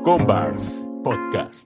Combars Podcast.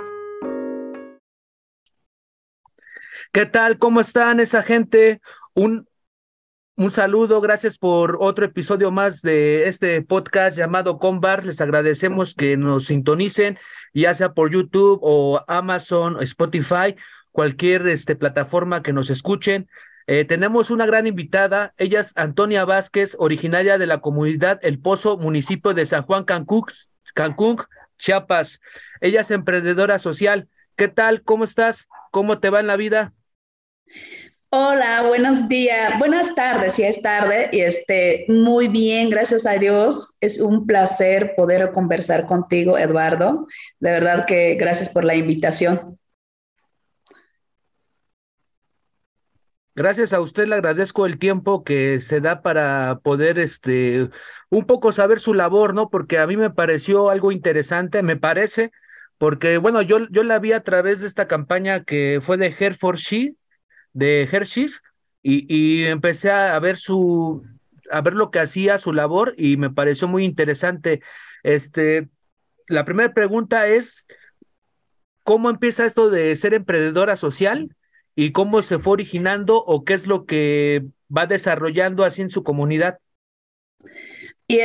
¿Qué tal? ¿Cómo están esa gente? Un saludo, gracias por otro episodio más de este podcast llamado Combars. Les agradecemos que nos sintonicen, ya sea por YouTube o Amazon, Spotify, cualquier plataforma que nos escuchen. Tenemos una gran invitada, ella es Antonia Vázquez, originaria de la comunidad El Pozo, municipio de San Juan Cancún, Chiapas. Ella es emprendedora social. ¿Qué tal? ¿Cómo estás? ¿Cómo te va en la vida? Hola, buenos días, buenas tardes, ya es tarde, y muy bien, gracias a Dios. Es un placer poder conversar contigo, Eduardo. De verdad que gracias por la invitación. Gracias a usted le agradezco el tiempo que se da para poder, un poco saber su labor, ¿no? Porque a mí me pareció algo interesante, me parece, porque, bueno, yo la vi a través de esta campaña que fue de de Hershey's, y empecé a ver lo que hacía, su labor, y me pareció muy interesante. Este, la primera pregunta es, ¿cómo empieza esto de ser emprendedora social y cómo se fue originando o qué es lo que va desarrollando así en su comunidad? Y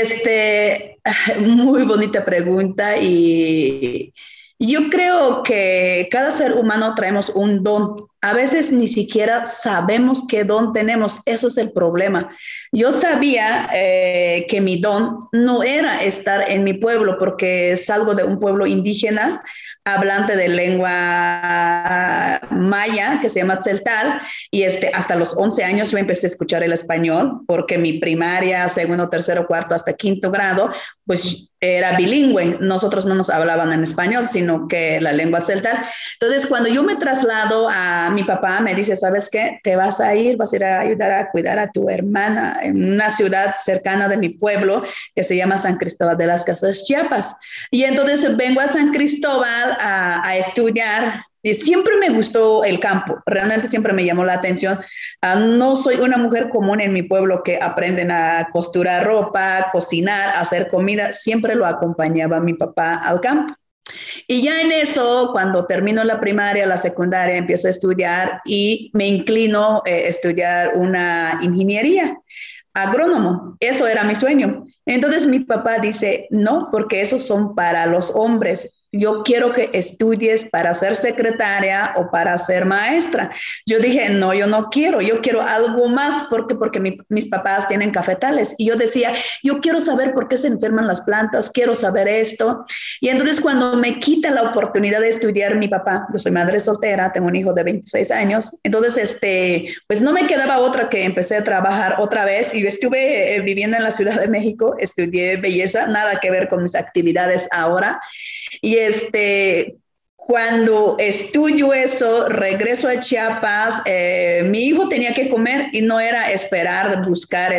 muy bonita pregunta, y yo creo que cada ser humano traemos un don. A veces ni siquiera sabemos qué don tenemos, eso es el problema. Yo sabía que mi don no era estar en mi pueblo, porque salgo de un pueblo indígena, hablante de lengua maya, que se llama Tzeltal, y hasta los 11 años yo empecé a escuchar el español, porque mi primaria, segundo, tercero, cuarto, hasta quinto grado, pues era bilingüe. Nosotros no nos hablaban en español, sino que la lengua tzeltal. Entonces, cuando yo me traslado, a mi papá me dice, ¿sabes qué? Te vas a ir a ayudar a cuidar a tu hermana en una ciudad cercana de mi pueblo que se llama San Cristóbal de las Casas, Chiapas. Y entonces vengo a San Cristóbal a estudiar. Y siempre me gustó el campo, realmente siempre me llamó la atención. No soy una mujer común en mi pueblo que aprenden a costurar ropa, cocinar, hacer comida. Siempre lo acompañaba mi papá al campo. Y ya en eso, cuando termino la primaria, la secundaria, empiezo a estudiar y me inclino a estudiar una ingeniería agrónomo. Eso era mi sueño. Entonces mi papá dice, no, porque esos son para los hombres. Yo quiero que estudies para ser secretaria o para ser maestra. Yo dije, no, yo quiero algo más, porque mis papás tienen cafetales. Y yo decía, yo quiero saber por qué se enferman las plantas, quiero saber esto. Y entonces cuando me quita la oportunidad de estudiar mi papá, yo soy madre soltera, tengo un hijo de 26 años, entonces pues no me quedaba otra que empecé a trabajar otra vez, y yo estuve viviendo en la Ciudad de México, estudié belleza, nada que ver con mis actividades ahora. Y cuando estudio eso, regreso a Chiapas, mi hijo tenía que comer y no era esperar, buscar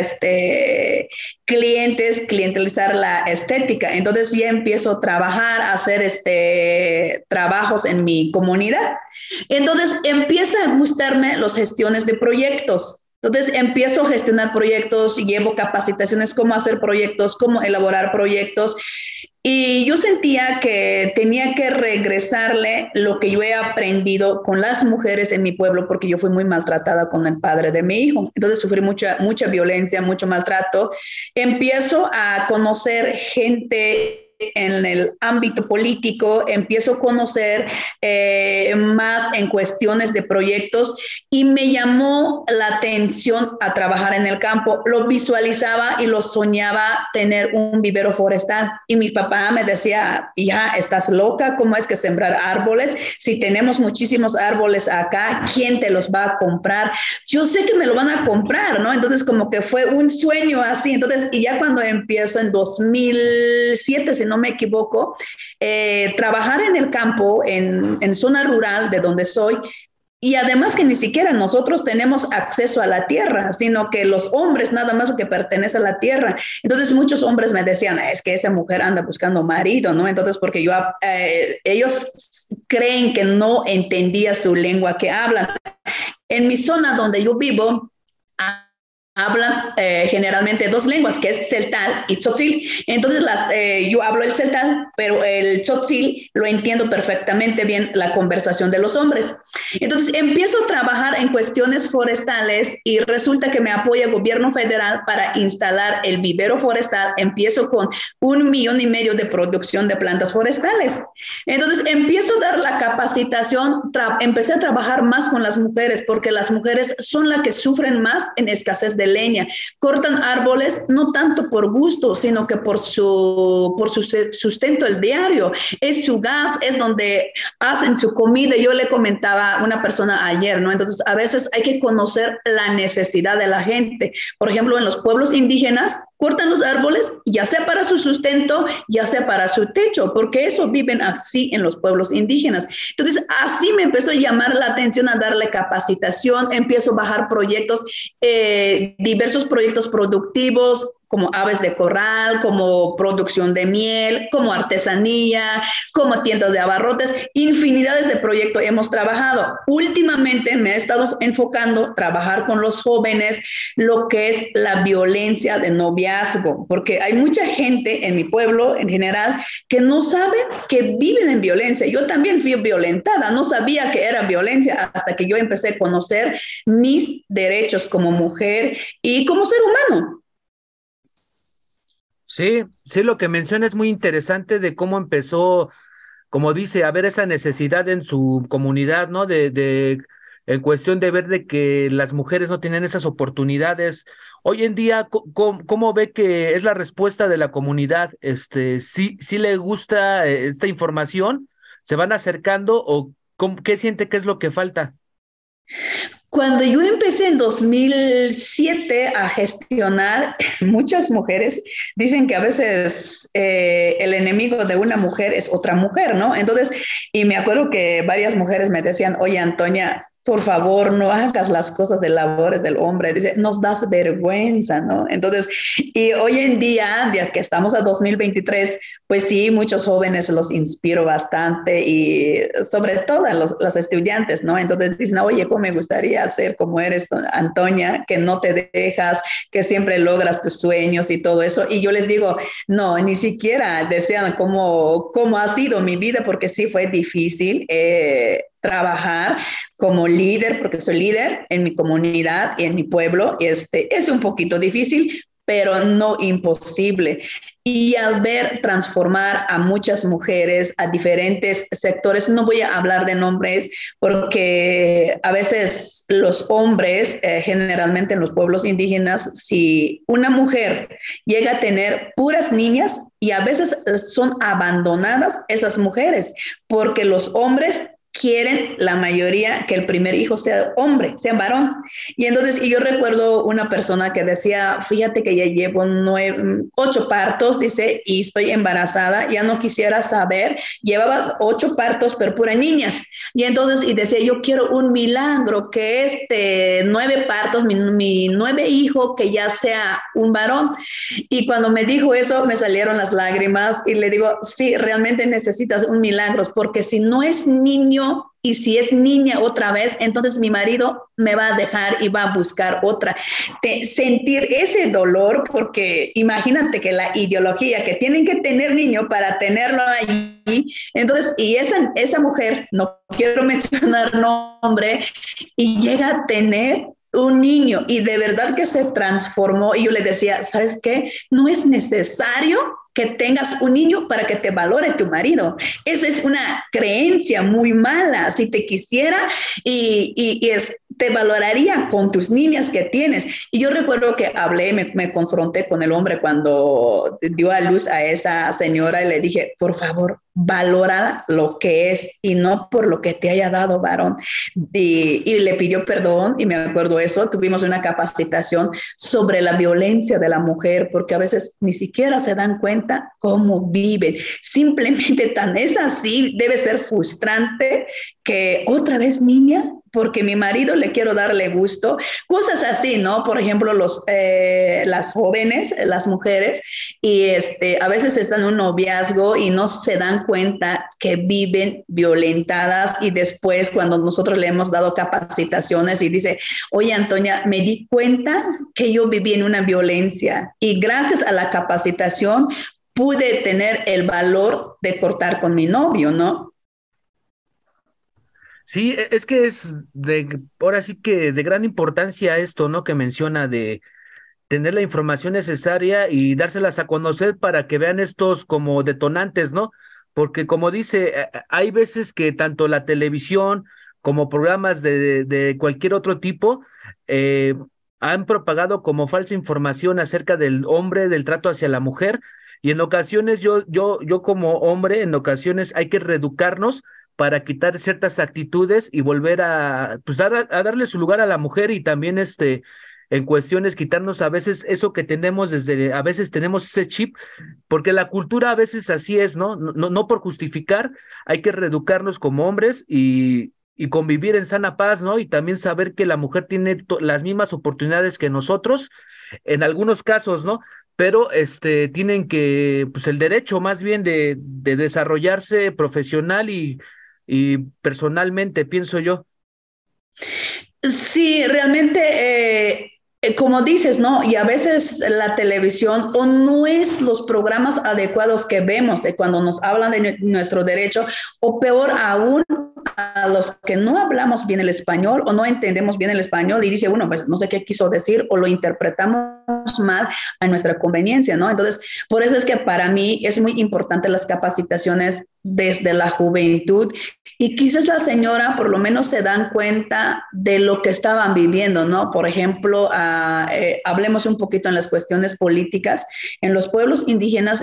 clientes, clientelizar la estética. Entonces ya empiezo a trabajar, a hacer trabajos en mi comunidad. Entonces empieza a gustarme las gestiones de proyectos. Entonces empiezo a gestionar proyectos, llevo capacitaciones, cómo hacer proyectos, cómo elaborar proyectos. Y yo sentía que tenía que regresarle lo que yo he aprendido con las mujeres en mi pueblo, porque yo fui muy maltratada con el padre de mi hijo. Entonces sufrí mucha violencia, mucho maltrato. Empiezo a conocer gente en el ámbito político, empiezo a conocer más en cuestiones de proyectos, y me llamó la atención a trabajar en el campo. Lo visualizaba y lo soñaba, tener un vivero forestal. Y mi papá me decía, hija, ¿estás loca? ¿Cómo es que sembrar árboles? Si tenemos muchísimos árboles acá, ¿quién te los va a comprar? Yo sé que me lo van a comprar, ¿no? Entonces como que fue un sueño así. Entonces, y ya cuando empiezo en 2007, si no me equivoco, trabajar en el campo, en zona rural de donde soy, y además que ni siquiera nosotros tenemos acceso a la tierra, sino que los hombres nada más lo que pertenece a la tierra. Entonces muchos hombres me decían, es que esa mujer anda buscando marido, ¿no? Entonces porque ellos creen que no entendía su lengua que hablan. En mi zona donde yo vivo, hablan generalmente dos lenguas, que es celtal y tzotzil. Entonces, yo hablo el celtal, pero el tzotzil lo entiendo perfectamente bien la conversación de los hombres. Entonces, empiezo a trabajar en cuestiones forestales y resulta que me apoya el gobierno federal para instalar el vivero forestal. Empiezo con 1,5 millones de producción de plantas forestales. Entonces, empiezo a dar la capacitación, empecé a trabajar más con las mujeres, porque las mujeres son las que sufren más en escasez de leña. Cortan árboles no tanto por gusto, sino que por su sustento el diario. Es su gas, es donde hacen su comida. Yo le comentaba a una persona ayer, ¿no? Entonces, a veces hay que conocer la necesidad de la gente. Por ejemplo, en los pueblos indígenas, cortan los árboles, ya sea para su sustento, ya sea para su techo, porque eso viven así en los pueblos indígenas. Entonces, así me empezó a llamar la atención, a darle capacitación, empiezo a bajar proyectos, diversos proyectos productivos, como aves de corral, como producción de miel, como artesanía, como tiendas de abarrotes, infinidades de proyectos hemos trabajado. Últimamente me he estado enfocando a trabajar con los jóvenes lo que es la violencia de noviazgo, porque hay mucha gente en mi pueblo en general que no sabe que viven en violencia. Yo también fui violentada, no sabía que era violencia hasta que yo empecé a conocer mis derechos como mujer y como ser humano. Sí, sí, lo que menciona es muy interesante de cómo empezó, como dice, a ver esa necesidad en su comunidad, ¿no? En cuestión de ver de que las mujeres no tienen esas oportunidades. Hoy en día, ¿cómo ve que es la respuesta de la comunidad? ¿Sí le gusta esta información? ¿Se van acercando o qué siente que es lo que falta? Cuando yo empecé en 2007 a gestionar, muchas mujeres dicen que a veces el enemigo de una mujer es otra mujer, ¿no? Entonces, y me acuerdo que varias mujeres me decían, oye, Antonia, por favor, no hagas las cosas de labores del hombre. Dice, nos das vergüenza, ¿no? Entonces, y hoy en día, ya que estamos a 2023, pues sí, muchos jóvenes los inspiro bastante y sobre todo a los estudiantes, ¿no? Entonces dicen, oye, ¿cómo me gustaría ser como eres, Antonia, que no te dejas, que siempre logras tus sueños y todo eso? Y yo les digo, no, ni siquiera desean cómo ha sido mi vida, porque sí fue difícil trabajar como líder, porque soy líder en mi comunidad y en mi pueblo. Es un poquito difícil, pero no imposible. Y al ver transformar a muchas mujeres a diferentes sectores, no voy a hablar de nombres porque a veces los hombres, generalmente en los pueblos indígenas, si una mujer llega a tener puras niñas y a veces son abandonadas esas mujeres porque los hombres quieren la mayoría que el primer hijo sea hombre, sea varón. Y entonces, y yo recuerdo una persona que decía, fíjate que ya llevo 8 partos, dice, y estoy embarazada, ya no quisiera saber, llevaba 8 partos, pero puras niñas. Y entonces, y decía, yo quiero un milagro, que 9 partos, mi 9 hijo, que ya sea un varón. Y cuando me dijo eso, me salieron las lágrimas y le digo, sí, realmente necesitas un milagro, porque si no es niño, y si es niña otra vez, entonces mi marido me va a dejar y va a buscar otra. Sentir ese dolor, porque imagínate que la ideología que tienen que tener niño para tenerlo allí, entonces, y esa mujer, no quiero mencionar nombre, y llega a tener un niño y de verdad que se transformó. Y yo le decía, ¿sabes qué? No es necesario que tengas un niño para que te valore tu marido. Esa es una creencia muy mala. Si te quisiera te valoraría con tus niñas que tienes. Y yo recuerdo que hablé, me confronté con el hombre cuando dio a luz a esa señora y le dije, por favor, valora lo que es y no por lo que te haya dado varón. Y le pidió perdón y me acuerdo eso. Tuvimos una capacitación sobre la violencia de la mujer, porque a veces ni siquiera se dan cuenta cómo viven. Simplemente tan es así, debe ser frustrante que otra vez niña, porque mi marido le quiero darle gusto, cosas así, ¿no? Por ejemplo, las jóvenes, las mujeres, y a veces están en un noviazgo y no se dan cuenta que viven violentadas y después cuando nosotros le hemos dado capacitaciones y dice, oye Antonia, me di cuenta que yo viví en una violencia y gracias a la capacitación pude tener el valor de cortar con mi novio, ¿no? Sí, es que ahora sí que de gran importancia esto, ¿no? Que menciona de tener la información necesaria y dárselas a conocer para que vean estos como detonantes, ¿no? Porque como dice, hay veces que tanto la televisión como programas de cualquier otro tipo eh, han propagado como falsa información acerca del hombre, del trato hacia la mujer, y en ocasiones yo como hombre, en ocasiones hay que reeducarnos para quitar ciertas actitudes y volver pues a darle su lugar a la mujer y también en cuestiones quitarnos a veces eso que tenemos a veces tenemos ese chip, porque la cultura a veces así es, ¿no? No por justificar, hay que reeducarnos como hombres y convivir en sana paz, ¿no? Y también saber que la mujer tiene las mismas oportunidades que nosotros, en algunos casos, ¿no? Pero tienen pues el derecho más bien de desarrollarse profesional y personalmente, pienso yo. Sí, realmente, como dices, ¿no? Y a veces la televisión o no es los programas adecuados que vemos de cuando nos hablan de nuestro derecho, o peor aún, a los que no hablamos bien el español o no entendemos bien el español y dice uno, pues no sé qué quiso decir o lo interpretamos mal a nuestra conveniencia, ¿no? Entonces, por eso es que para mí es muy importante las capacitaciones desde la juventud y quizás la señora por lo menos se dan cuenta de lo que estaban viviendo, ¿no? Por ejemplo, hablemos un poquito en las cuestiones políticas. En los pueblos indígenas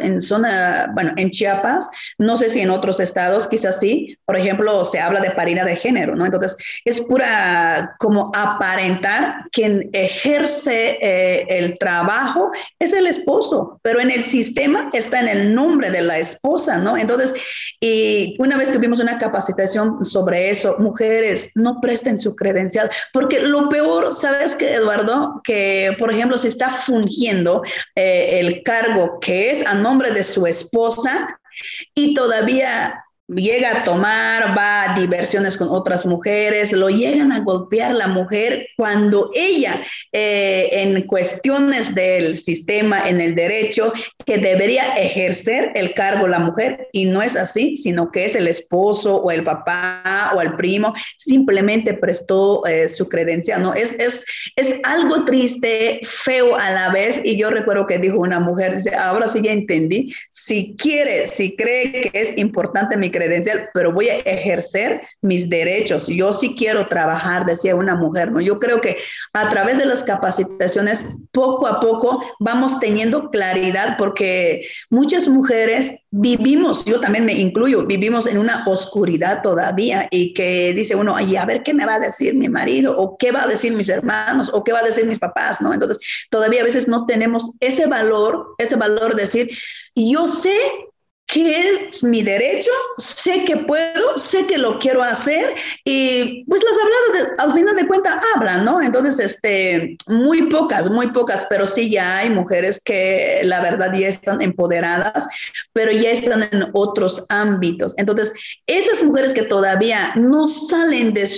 en Chiapas, no sé si en otros estados, quizás sí, por ejemplo, se habla de paridad de género, ¿no? Entonces, es pura como aparentar quien ejerce el trabajo es el esposo, pero en el sistema está en el nombre de la esposa, ¿no? Entonces, y una vez tuvimos una capacitación sobre eso, mujeres, no presten su credencial, porque lo peor, ¿sabes qué, Eduardo? Que, por ejemplo, si está fungiendo el cargo que es a nombre de su esposa y todavía llega a tomar, va a diversiones con otras mujeres, lo llegan a golpear la mujer cuando ella, en cuestiones del sistema, en el derecho, que debería ejercer el cargo la mujer, y no es así, sino que es el esposo o el papá o el primo, simplemente prestó su credencial, ¿no? Es algo triste, feo a la vez, y yo recuerdo que dijo una mujer, dice, ahora sí ya entendí, si cree que es importante mi credencial, pero voy a ejercer mis derechos. Yo sí quiero trabajar, decía una mujer, ¿no? Yo creo que a través de las capacitaciones, poco a poco vamos teniendo claridad porque muchas mujeres vivimos, yo también me incluyo, vivimos en una oscuridad todavía y que dice uno, ay, a ver qué me va a decir mi marido o qué va a decir mis hermanos o qué va a decir mis papás, ¿no? Entonces, todavía a veces no tenemos ese valor de decir, yo sé que es mi derecho, sé que puedo, sé que lo quiero hacer y pues las habladas al final de cuentas hablan, ¿no? Entonces, muy pocas, pero sí ya hay mujeres que la verdad ya están empoderadas, pero ya están en otros ámbitos. Entonces, esas mujeres que todavía no salen de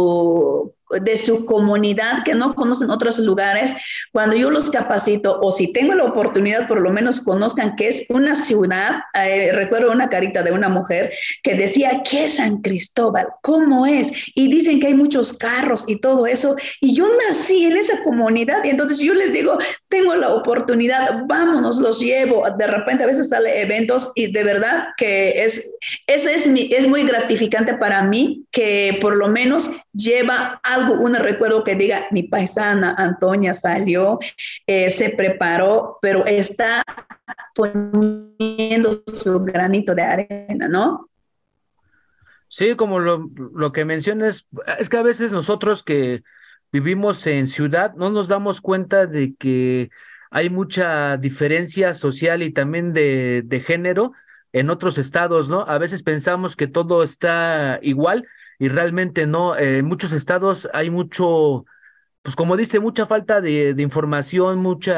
su comunidad, que no conocen otros lugares, cuando yo los capacito o si tengo la oportunidad, por lo menos conozcan que es una ciudad. Recuerdo una carita de una mujer que decía, ¿qué es San Cristóbal? ¿Cómo es? Y dicen que hay muchos carros y todo eso. Y yo nací en esa comunidad y entonces yo les digo, tengo la oportunidad, vámonos, los llevo. De repente a veces sale eventos y de verdad que es muy gratificante para mí que por lo menos lleva algo, un recuerdo que diga, mi paisana Antonia salió, se preparó, pero está poniendo su granito de arena, ¿no? Sí, como lo que mencionas, es que a veces nosotros que vivimos en ciudad no nos damos cuenta de que hay mucha diferencia social y también de género en otros estados, ¿no? A veces pensamos que todo está igual y realmente no. En muchos estados hay mucho, pues como dice, mucha falta de información,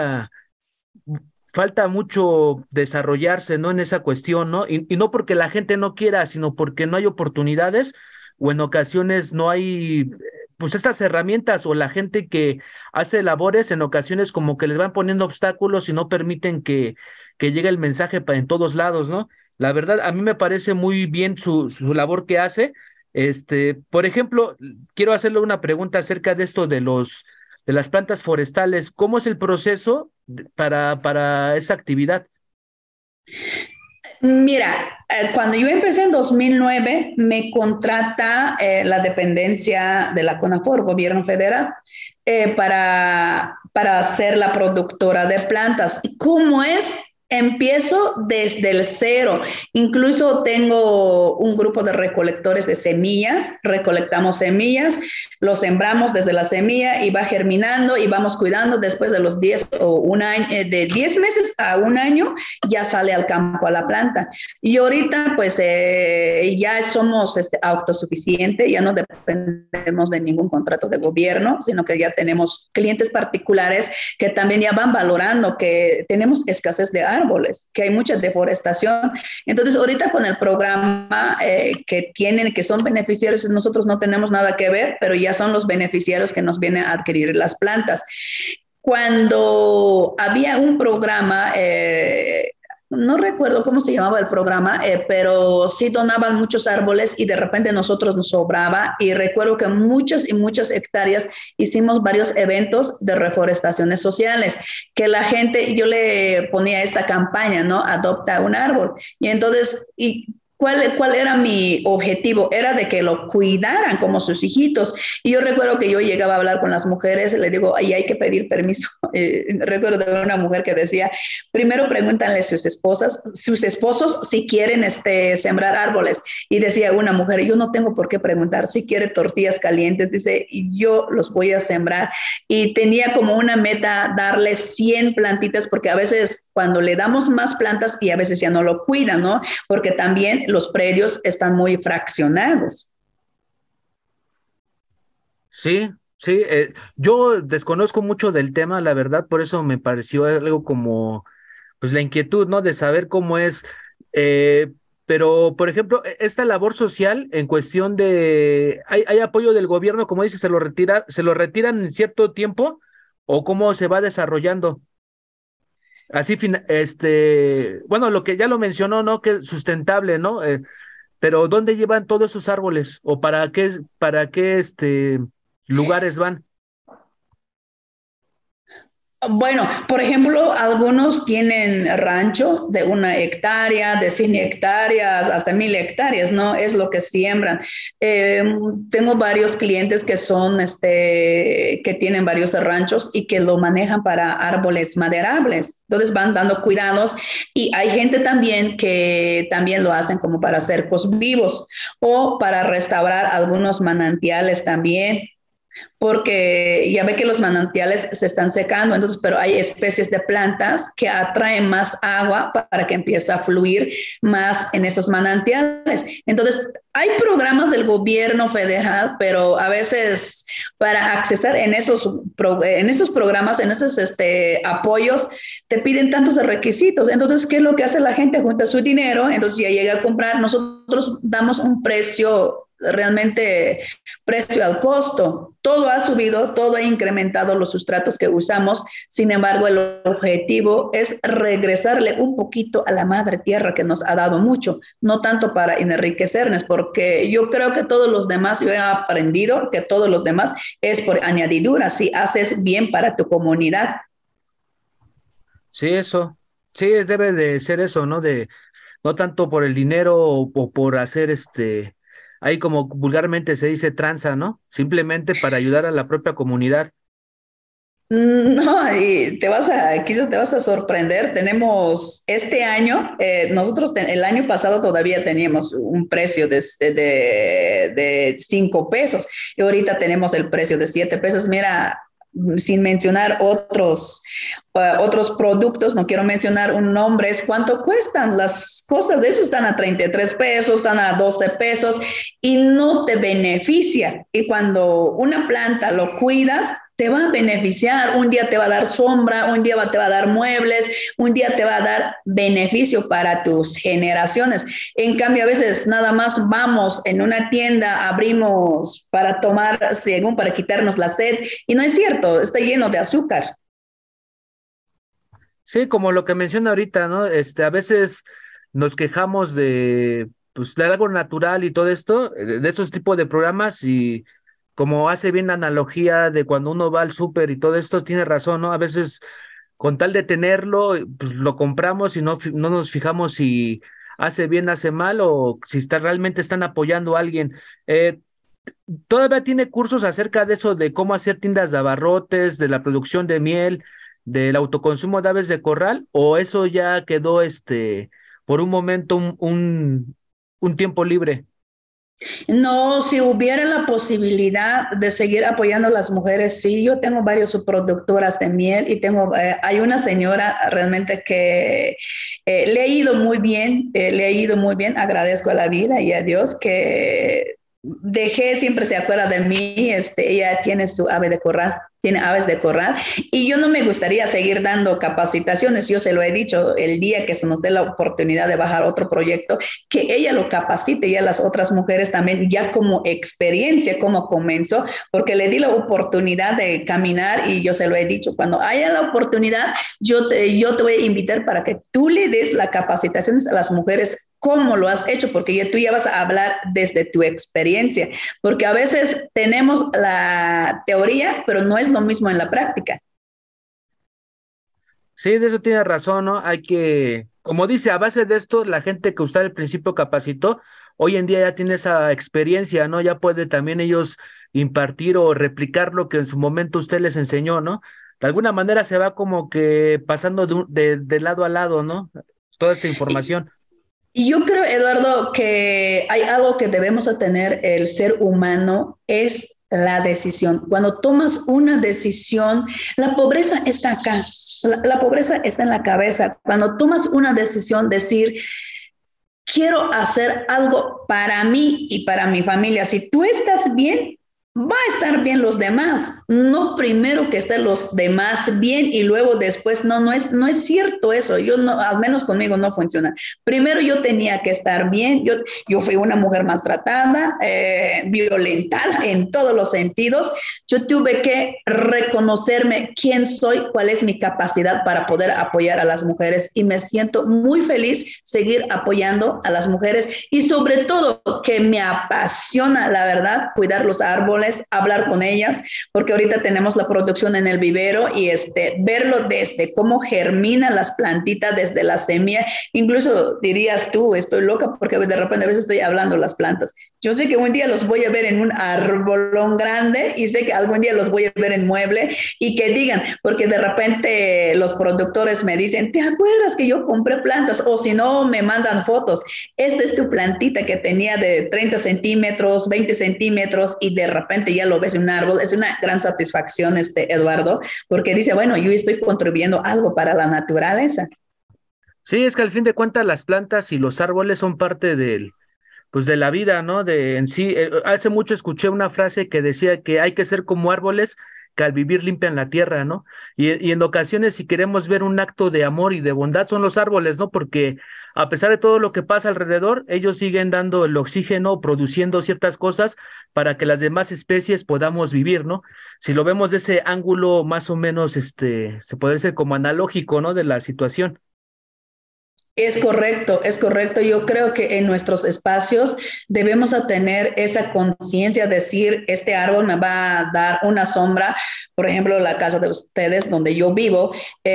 falta mucho desarrollarse, ¿no? En esa cuestión, ¿no? Y no porque la gente no quiera, sino porque no hay oportunidades o en ocasiones no hay, pues estas herramientas o la gente que hace labores en ocasiones como que les van poniendo obstáculos y no permiten que llegue el mensaje para en todos lados, ¿no? La verdad, a mí me parece muy bien su labor que hace. Por ejemplo, quiero hacerle una pregunta acerca de esto de las plantas forestales. ¿Cómo es el proceso para esa actividad? Mira, cuando yo empecé en 2009, me contrata la dependencia de la CONAFOR, gobierno federal, para ser la productora de plantas. ¿Y cómo es? Empiezo desde el cero. Incluso tengo un grupo de recolectores de semillas. Recolectamos semillas, lo sembramos desde la semilla y va germinando y vamos cuidando. Después de los 10 o un año, de 10 meses a un año, ya sale al campo a la planta. Y ahorita, pues ya somos autosuficientes, ya no dependemos de ningún contrato de gobierno, sino que ya tenemos clientes particulares que también ya van valorando que tenemos escasez de árboles, que hay mucha deforestación. Entonces, ahorita con el programa que son beneficiarios, nosotros no tenemos nada que ver, pero ya son los beneficiarios que nos vienen a adquirir las plantas. Cuando había un programa, no recuerdo cómo se llamaba el programa, pero sí donaban muchos árboles y de repente nosotros nos sobraba y recuerdo que muchas y muchas hectáreas hicimos varios eventos de reforestaciones sociales, que la gente, yo le ponía esta campaña, ¿no? Adopta un árbol. Y entonces, ¿cuál era mi objetivo? Era de que lo cuidaran como sus hijitos. Y yo recuerdo que yo llegaba a hablar con las mujeres, le digo, ahí hay que pedir permiso. Recuerdo de una mujer que decía, primero pregúntanle a sus esposos si quieren sembrar árboles. Y decía una mujer, yo no tengo por qué preguntar si quiere tortillas calientes. Dice, yo los voy a sembrar. Y tenía como una meta darles 100 plantitas, porque a veces cuando le damos más plantas y a veces ya no lo cuidan, ¿no? Porque también los predios están muy fraccionados. Sí, sí, yo desconozco mucho del tema, la verdad, por eso me pareció algo como, pues la inquietud, ¿no? De saber cómo es, eh, pero, por ejemplo, esta labor social en cuestión ¿hay apoyo del gobierno, como dice, se lo retiran en cierto tiempo o cómo se va desarrollando? Así, bueno, lo que ya lo mencionó, ¿no? Que es sustentable, ¿no? Pero ¿dónde llevan todos esos árboles? ¿O para qué, lugares van? Bueno, por ejemplo, algunos tienen rancho de 1 hectárea, de 100 hectáreas, hasta 1000 hectáreas, ¿no? Es lo que siembran. Eh, Tengo varios clientes que que tienen varios ranchos y que lo manejan para árboles maderables. Entonces van dando cuidados y hay gente también que también lo hacen como para cercos vivos o para restaurar algunos manantiales también porque ya ve que los manantiales se están secando, entonces, pero hay especies de plantas que atraen más agua para que empiece a fluir más en esos manantiales. Entonces, hay programas del gobierno federal, pero a veces para accesar en esos programas, en esos apoyos, te piden tantos requisitos. Entonces, ¿qué es lo que hace la gente? Junta su dinero, entonces ya llega a comprar. Nosotros damos un precio realmente precio al costo. Todo ha subido, todo ha incrementado los sustratos que usamos. Sin embargo, el objetivo es regresarle un poquito a la madre tierra que nos ha dado mucho, no tanto para enriquecernos, porque yo creo que todos los demás, yo he aprendido que todos los demás es por añadidura, si haces bien para tu comunidad. Sí, eso. Sí, debe de ser eso, ¿no? No tanto por el dinero o por hacer ahí como vulgarmente se dice tranza, ¿no? Simplemente para ayudar a la propia comunidad. No, y quizás te vas a sorprender. Tenemos este año, nosotros el año pasado todavía teníamos un precio de 5 pesos y ahorita tenemos el precio de 7 pesos. Mira, sin mencionar otros productos, no quiero mencionar un nombre, es cuánto cuestan las cosas. De eso están a 33 pesos, están a 12 pesos y no te beneficia. Y cuando una planta lo cuidas, te va a beneficiar. Un día te va a dar sombra, un día te va a dar muebles, un día te va a dar beneficio para tus generaciones. En cambio, a veces nada más vamos en una tienda, abrimos para tomar, según para quitarnos la sed, y no es cierto, está lleno de azúcar. Sí, como lo que menciona ahorita, ¿no? A veces nos quejamos pues, de algo natural y todo esto, de esos tipos de programas, y como hace bien la analogía de cuando uno va al súper y todo esto, tiene razón, ¿no? A veces con tal de tenerlo, pues lo compramos y no nos fijamos si hace bien, hace mal o si realmente están apoyando a alguien. Todavía tiene cursos acerca de eso, de cómo hacer tiendas de abarrotes, de la producción de miel, del autoconsumo de aves de corral, o eso ya quedó por un momento un tiempo libre. No, si hubiera la posibilidad de seguir apoyando a las mujeres, sí, yo tengo varias subproductoras de miel y hay una señora realmente que le ha ido muy bien, agradezco a la vida y a Dios que siempre se acuerda de mí, ella tiene su ave de corral. Tiene aves de corral y yo no me gustaría seguir dando capacitaciones. Yo se lo he dicho el día que se nos dé la oportunidad de bajar otro proyecto, que ella lo capacite y a las otras mujeres también ya como experiencia, como comenzó, porque le di la oportunidad de caminar y yo se lo he dicho, cuando haya la oportunidad, yo te voy a invitar para que tú le des las capacitaciones a las mujeres. ¿Cómo lo has hecho? Porque tú ya vas a hablar desde tu experiencia, porque a veces tenemos la teoría, pero no es lo mismo en la práctica. Sí, de eso tiene razón, ¿no? Hay que, como dice, a base de esto, la gente que usted al principio capacitó, hoy en día ya tiene esa experiencia, ¿no? Ya puede también ellos impartir o replicar lo que en su momento usted les enseñó, ¿no? De alguna manera se va como que pasando de lado a lado, ¿no? Toda esta información. Y yo creo, Eduardo, que hay algo que debemos tener el ser humano, es la decisión. Cuando tomas una decisión, la pobreza está acá, la pobreza está en la cabeza. Cuando tomas una decisión, decir, quiero hacer algo para mí y para mi familia. Si tú estás bien, va a estar bien los demás, no primero que estén los demás bien y luego después, no es cierto eso, al menos conmigo no funciona. Primero yo tenía que estar bien, yo fui una mujer maltratada, violentada en todos los sentidos, yo tuve que reconocerme quién soy, cuál es mi capacidad para poder apoyar a las mujeres y me siento muy feliz seguir apoyando a las mujeres y sobre todo que me apasiona, la verdad, cuidar los árboles, hablar con ellas, porque ahorita tenemos la producción en el vivero y verlo desde cómo germinan las plantitas desde la semilla, incluso dirías tú, estoy loca porque de repente a veces estoy hablando las plantas. Yo sé que un día los voy a ver en un arbolón grande y sé que algún día los voy a ver en mueble y que digan, porque de repente los productores me dicen, ¿te acuerdas que yo compré plantas? O si no, me mandan fotos. Esta es tu plantita que tenía de 30 centímetros, 20 centímetros y de repente ya lo ves en un árbol. Es una gran satisfacción, Eduardo, porque dice, bueno, yo estoy contribuyendo algo para la naturaleza. Sí, es que al fin de cuentas las plantas y los árboles son parte pues de la vida, ¿no? En sí, hace mucho escuché una frase que decía que hay que ser como árboles que al vivir limpian la tierra, ¿no? Y en ocasiones, si queremos ver un acto de amor y de bondad, son los árboles, ¿no? Porque a pesar de todo lo que pasa alrededor, ellos siguen dando el oxígeno, produciendo ciertas cosas para que las demás especies podamos vivir, ¿no? Si lo vemos de ese ángulo más o menos, se puede ser como analógico, ¿no? De la situación. Es correcto, es correcto. Yo creo que en nuestros espacios debemos tener esa conciencia, decir, este árbol me va a dar una sombra. Por ejemplo, la casa de ustedes, donde yo vivo,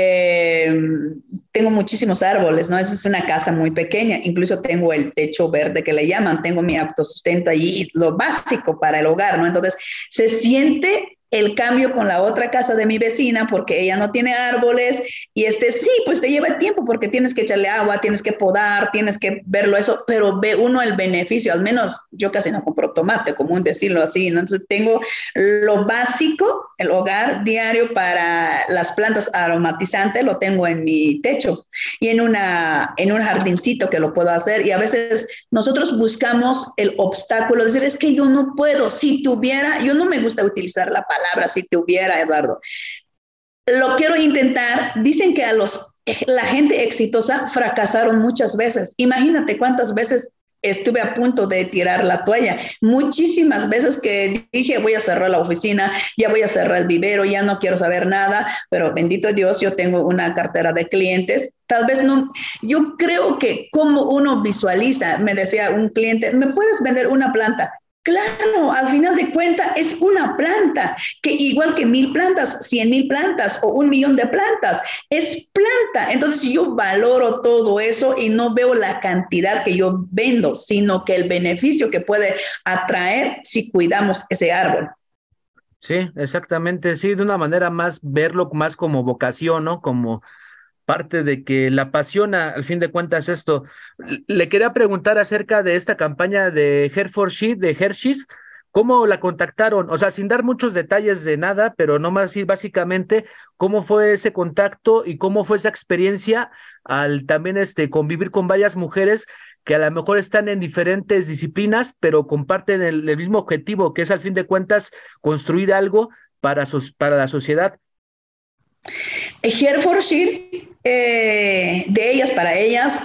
tengo muchísimos árboles, ¿no? Esa es una casa muy pequeña. Incluso tengo el techo verde que le llaman, tengo mi autosustento allí, lo básico para el hogar, ¿no? Entonces, se siente el cambio con la otra casa de mi vecina porque ella no tiene árboles y sí, pues te lleva tiempo porque tienes que echarle agua, tienes que podar, tienes que verlo eso, pero ve uno el beneficio, al menos yo casi no compro tomate, común decirlo así, ¿no? Entonces tengo lo básico, el hogar diario para las plantas aromatizantes, lo tengo en mi techo y en un jardincito que lo puedo hacer y a veces nosotros buscamos el obstáculo, decir, es que yo no puedo, si tuviera, yo no me gusta utilizar la palabra si tuviera, Eduardo. Lo quiero intentar. Dicen que la gente exitosa fracasaron muchas veces. Imagínate cuántas veces estuve a punto de tirar la toalla. Muchísimas veces que dije, voy a cerrar la oficina, ya voy a cerrar el vivero, ya no quiero saber nada, pero bendito Dios, yo tengo una cartera de clientes. Tal vez no, yo creo que como uno visualiza, me decía un cliente, ¿me puedes vender una planta? Claro, al final de cuentas es una planta, que igual que 1,000 plantas, 100,000 plantas o 1,000,000 de plantas, es planta. Entonces yo valoro todo eso y no veo la cantidad que yo vendo, sino que el beneficio que puede atraer si cuidamos ese árbol. Sí, exactamente, sí, de una manera más verlo más como vocación, ¿no? Como parte de que la apasiona, al fin de cuentas, esto. Le quería preguntar acerca de esta campaña de Herefordshire, de Hershey's, ¿cómo la contactaron? O sea, sin dar muchos detalles de nada, pero nomás sí, básicamente, ¿cómo fue ese contacto y cómo fue esa experiencia al también convivir con varias mujeres que a lo mejor están en diferentes disciplinas, pero comparten el mismo objetivo, que es al fin de cuentas construir algo para la sociedad? Herefordshire, de ellas para ellas,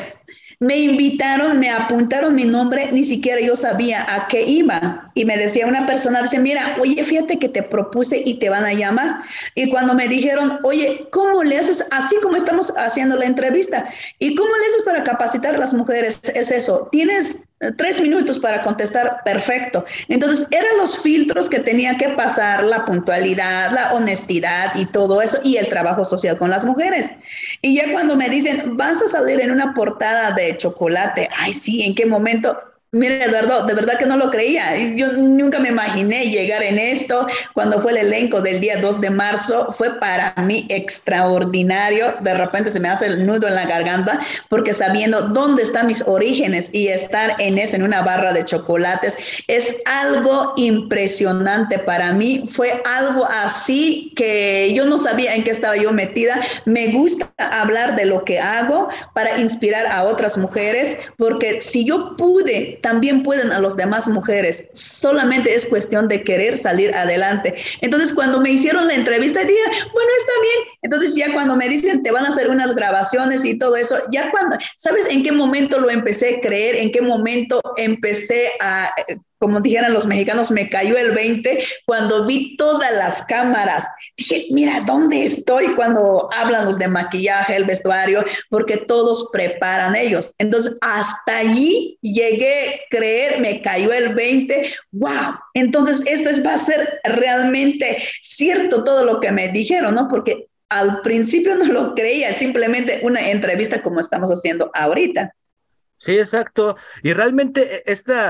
me invitaron, me apuntaron mi nombre, ni siquiera yo sabía a qué iba. Y me decía una persona, dice, mira, oye, fíjate que te propuse y te van a llamar. Y cuando me dijeron, oye, ¿cómo le haces? Así como estamos haciendo la entrevista. ¿Y cómo le haces para capacitar a las mujeres? Es eso, tienes 3 minutos para contestar, perfecto. Entonces, eran los filtros que tenía que pasar, la puntualidad, la honestidad y todo eso, y el trabajo social con las mujeres. Y ya cuando me dicen, vas a salir en una portada de chocolate, ay, sí, ¿en qué momento? Mira, Eduardo, de verdad que no lo creía. Yo nunca me imaginé llegar en esto. Cuando fue el elenco del día 2 de marzo, fue para mí extraordinario. De repente se me hace el nudo en la garganta, porque sabiendo dónde están mis orígenes y estar en una barra de chocolates, es algo impresionante para mí. Fue algo así que yo no sabía en qué estaba yo metida. Me gusta hablar de lo que hago para inspirar a otras mujeres, porque si yo pude, también pueden a las demás mujeres. Solamente es cuestión de querer salir adelante. Entonces, cuando me hicieron la entrevista, dije, bueno, está bien. Entonces, ya cuando me dicen, te van a hacer unas grabaciones y todo eso, ya cuando, ¿sabes en qué momento lo empecé a creer? ¿En qué momento empecé a, como dijeran los mexicanos, me cayó el 20 cuando vi todas las cámaras? Dije, mira, ¿dónde estoy cuando hablan los de maquillaje, el vestuario? Porque todos preparan ellos. Entonces, hasta allí llegué a creer, me cayó el 20. ¡Wow! Entonces, va a ser realmente cierto todo lo que me dijeron, ¿no? Porque al principio no lo creía, simplemente una entrevista como estamos haciendo ahorita. Sí, exacto. Y realmente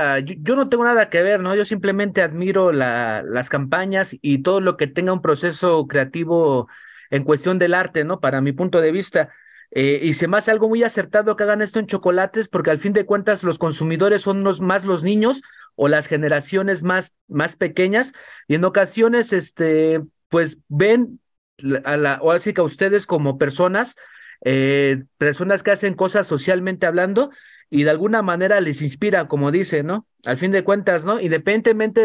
yo no tengo nada que ver, ¿no? Yo simplemente admiro las campañas y todo lo que tenga un proceso creativo en cuestión del arte, ¿no? Para mi punto de vista. Y se me hace algo muy acertado que hagan esto en chocolates, porque al fin de cuentas los consumidores son más los niños o las generaciones más pequeñas, y en ocasiones, pues ven o así que a ustedes como personas que hacen cosas socialmente hablando, y de alguna manera les inspira, como dice, ¿no? Al fin de cuentas, ¿no? Independientemente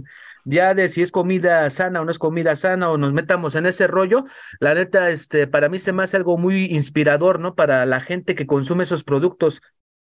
de si es comida sana o no es comida sana o nos metamos en ese rollo, la neta, para mí se me hace algo muy inspirador, ¿no? Para la gente que consume esos productos.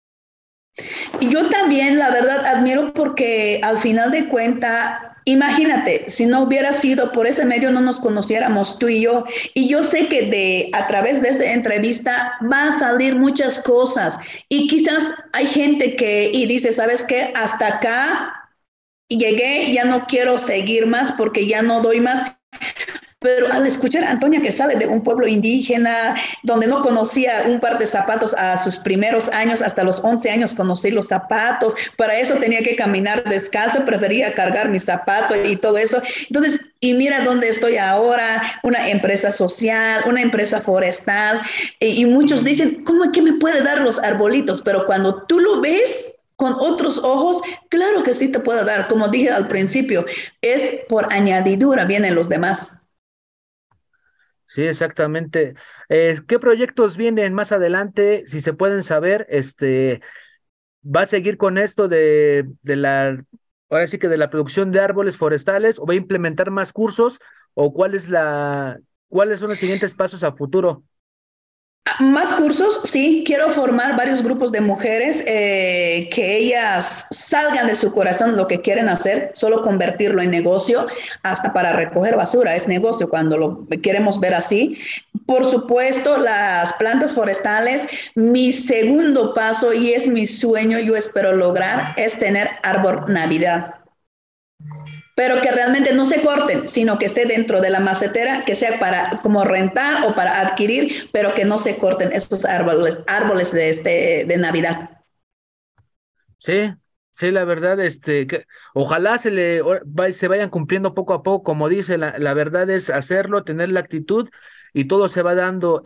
Yo también, la verdad, admiro porque al final de cuentas, imagínate, si no hubiera sido por ese medio, no nos conociéramos tú y yo. Y yo sé que a través de esta entrevista va a salir muchas cosas. Y quizás hay gente y dice, ¿sabes qué? Hasta acá llegué, ya no quiero seguir más porque ya no doy más. Pero al escuchar a Antonia, que sale de un pueblo indígena, donde no conocía un par de zapatos a sus primeros años, hasta los 11 años conocí los zapatos, para eso tenía que caminar descalzo, prefería cargar mis zapatos y todo eso. Entonces, y mira dónde estoy ahora, una empresa social, una empresa forestal, y muchos dicen, ¿cómo que me puede dar los arbolitos? Pero cuando tú lo ves con otros ojos, claro que sí te puede dar. Como dije al principio, es por añadidura, vienen los demás. Sí, exactamente. ¿Qué proyectos vienen más adelante? Si se pueden saber, ¿va a seguir con esto ahora sí que de la producción de árboles forestales, o va a implementar más cursos, o cuáles son los siguientes pasos a futuro? Más cursos, sí, quiero formar varios grupos de mujeres que ellas salgan de su corazón lo que quieren hacer, solo convertirlo en negocio, hasta para recoger basura, es negocio cuando lo queremos ver así. Por supuesto, las plantas forestales, mi segundo paso y es mi sueño, yo espero lograr, es tener árbol Navidad, pero que realmente no se corten, sino que esté dentro de la macetera, que sea para como rentar o para adquirir, pero que no se corten estos árboles de Navidad. Sí, sí, la verdad, ojalá se vayan cumpliendo poco a poco, como dice, la verdad es hacerlo, tener la actitud y todo se va dando.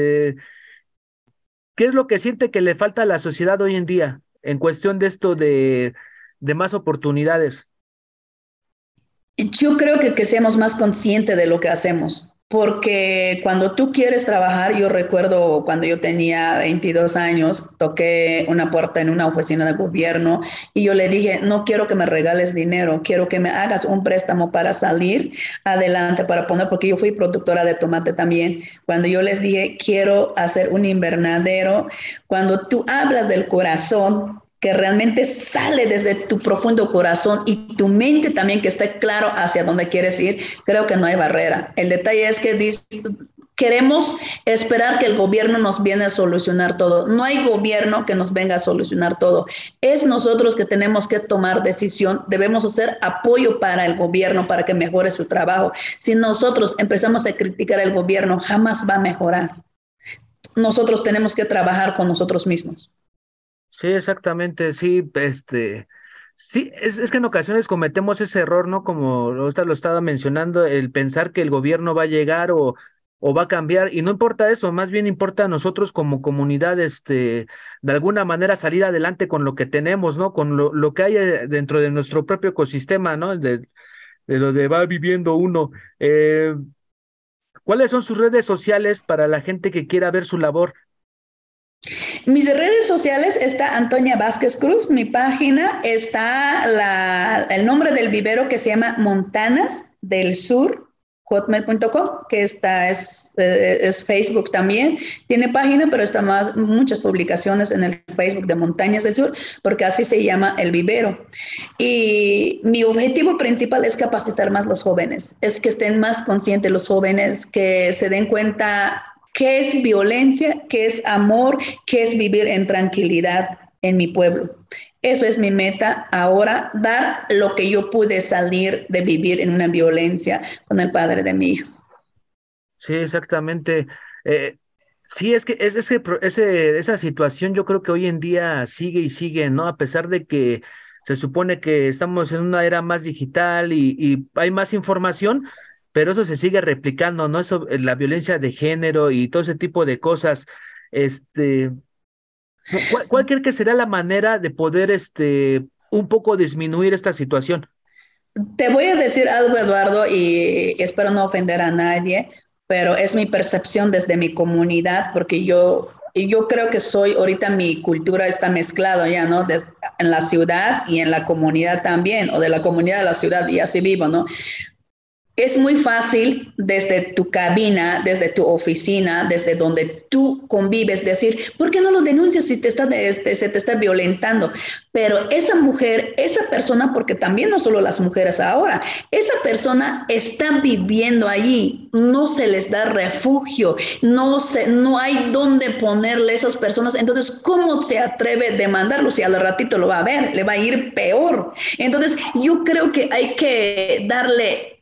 ¿Qué es lo que siente que le falta a la sociedad hoy en día en cuestión de esto de más oportunidades? Yo creo que seamos más conscientes de lo que hacemos, porque cuando tú quieres trabajar, yo recuerdo cuando yo tenía 22 años, toqué una puerta en una oficina de gobierno y yo le dije, no quiero que me regales dinero, quiero que me hagas un préstamo para salir adelante, para poner, porque yo fui productora de tomate también. Cuando yo les dije, quiero hacer un invernadero, cuando tú hablas del corazón, que realmente sale desde tu profundo corazón y tu mente también que esté claro hacia dónde quieres ir, creo que no hay barrera. El detalle es que queremos esperar que el gobierno nos viene a solucionar todo. No hay gobierno que nos venga a solucionar todo. Es nosotros que tenemos que tomar decisión. Debemos hacer apoyo para el gobierno para que mejore su trabajo. Si nosotros empezamos a criticar al gobierno, jamás va a mejorar. Nosotros tenemos que trabajar con nosotros mismos. Sí, exactamente, sí, sí, es que en ocasiones cometemos ese error, ¿no? Como lo estaba mencionando, el pensar que el gobierno va a llegar o va a cambiar, y no importa eso, más bien importa a nosotros como comunidad, de alguna manera salir adelante con lo que tenemos, ¿no? Con lo que hay dentro de nuestro propio ecosistema, ¿no? De donde va viviendo uno. ¿Cuáles son sus redes sociales para la gente que quiera ver su labor? Mis redes sociales está Antonia Vázquez Cruz, mi página está el nombre del vivero que se llama Montanas del Sur, hotmail.com, que es Facebook también. Tiene página, pero está muchas publicaciones en el Facebook de Montañas del Sur, porque así se llama el vivero. Y mi objetivo principal es capacitar más los jóvenes, es que estén más conscientes los jóvenes, que se den cuenta qué es violencia, qué es amor, qué es vivir en tranquilidad en mi pueblo. Eso es mi meta ahora, dar lo que yo pude salir de vivir en una violencia con el padre de mi hijo. Sí, exactamente. Sí, esa situación yo creo que hoy en día sigue y sigue, ¿no? A pesar de que se supone que estamos en una era más digital y hay más información, pero eso se sigue replicando, ¿no? Eso, la violencia de género y todo ese tipo de cosas. Este, ¿cuál cree que será la manera de poder, un poco disminuir esta situación? Te voy a decir algo, Eduardo, y espero no ofender a nadie, pero es mi percepción desde mi comunidad, porque yo creo que ahorita mi cultura está mezclado ya, ¿no? En la ciudad y en la comunidad también, o de la comunidad a la ciudad, y así vivo, ¿no? Es muy fácil desde tu cabina, desde tu oficina, desde donde tú convives, decir, ¿por qué no lo denuncias si se te está violentando? Pero esa mujer, esa persona, porque también no solo las mujeres ahora, esa persona está viviendo allí, no se les da refugio, no hay dónde ponerle a esas personas. Entonces, ¿cómo se atreve a demandarlo si al ratito lo va a ver? Le va a ir peor. Entonces, yo creo que hay que darle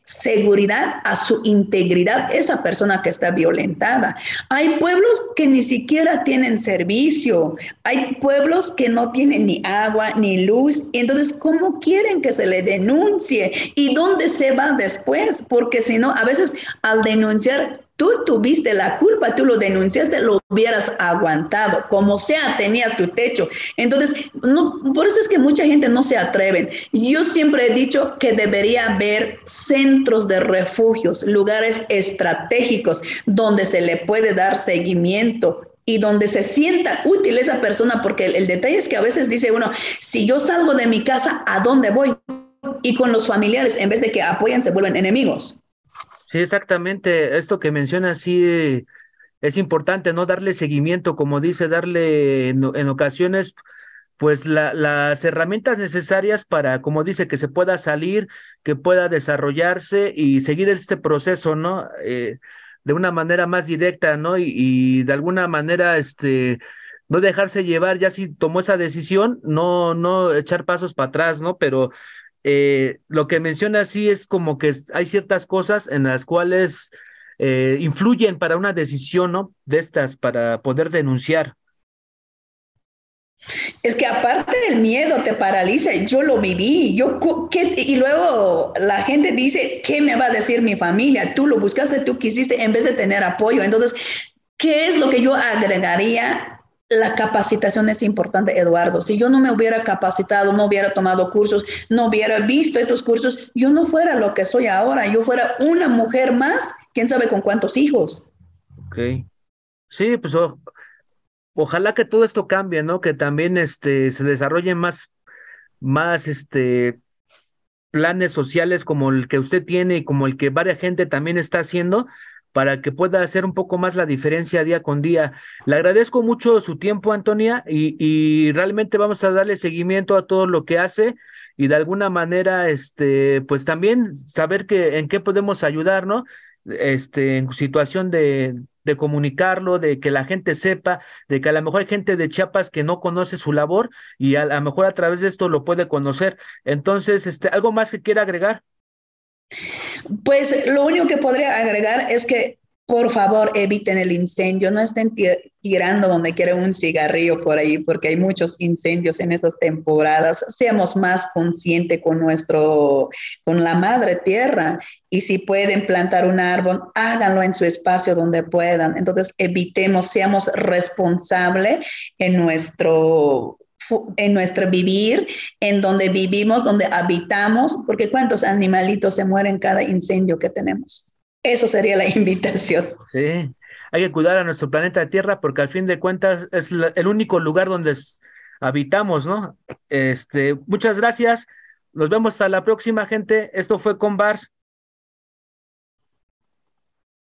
seguridad a su integridad esa persona que está violentada. Hay pueblos que ni siquiera tienen servicio, hay pueblos que no tienen ni agua ni luz, entonces ¿cómo quieren que se le denuncie? ¿Y dónde se va después? Porque si no, a veces al denunciar tú tuviste la culpa, tú lo denunciaste, lo hubieras aguantado, como sea, tenías tu techo. Entonces, no, por eso es que mucha gente no se atreven. Yo siempre he dicho que debería haber centros de refugios, lugares estratégicos donde se le puede dar seguimiento y donde se sienta útil esa persona, porque el detalle es que a veces dice uno, si yo salgo de mi casa, ¿a dónde voy? Y con los familiares, en vez de que apoyen, se vuelven enemigos. Sí, exactamente. Esto que mencionas sí es importante, ¿no? Darle seguimiento, como dice, darle en ocasiones, pues las herramientas necesarias para, como dice, que se pueda salir, que pueda desarrollarse y seguir este proceso, ¿no? De una manera más directa, ¿no? Y de alguna manera, no dejarse llevar, ya si tomó esa decisión, no echar pasos para atrás, ¿no? Pero lo que menciona sí es como que hay ciertas cosas en las cuales influyen para una decisión, ¿no? De estas, para poder denunciar. Es que aparte del miedo te paraliza, yo lo viví, y luego la gente dice, ¿qué me va a decir mi familia? Tú lo buscaste, tú quisiste en vez de tener apoyo. Entonces, ¿qué es lo que yo agregaría? La capacitación es importante, Eduardo. Si yo no me hubiera capacitado, no hubiera tomado cursos, no hubiera visto estos cursos, yo no fuera lo que soy ahora, yo fuera una mujer más, quién sabe con cuántos hijos. Ok. Sí, pues ojalá que todo esto cambie, ¿no? Que también se desarrollen más planes sociales como el que usted tiene y como el que varias gente también está haciendo para que pueda hacer un poco más la diferencia día con día. Le agradezco mucho su tiempo, Antonia, y realmente vamos a darle seguimiento a todo lo que hace y de alguna manera, pues también saber que en qué podemos ayudar, ¿no? En situación de comunicarlo, de que la gente sepa, de que a lo mejor hay gente de Chiapas que no conoce su labor y a lo mejor a través de esto lo puede conocer. Entonces, ¿algo más que quiera agregar? Pues lo único que podría agregar es que por favor eviten el incendio, no estén tirando donde quieren un cigarrillo por ahí, porque hay muchos incendios en estas temporadas. Seamos más conscientes con la madre tierra, y si pueden plantar un árbol, háganlo en su espacio donde puedan. Entonces evitemos, seamos responsables en nuestro vivir, en donde vivimos, donde habitamos, porque cuántos animalitos se mueren cada incendio que tenemos. Eso sería la invitación. Sí, hay que cuidar a nuestro planeta Tierra porque al fin de cuentas es el único lugar donde habitamos, ¿no? Muchas gracias. Nos vemos hasta la próxima, gente. Esto fue Convars.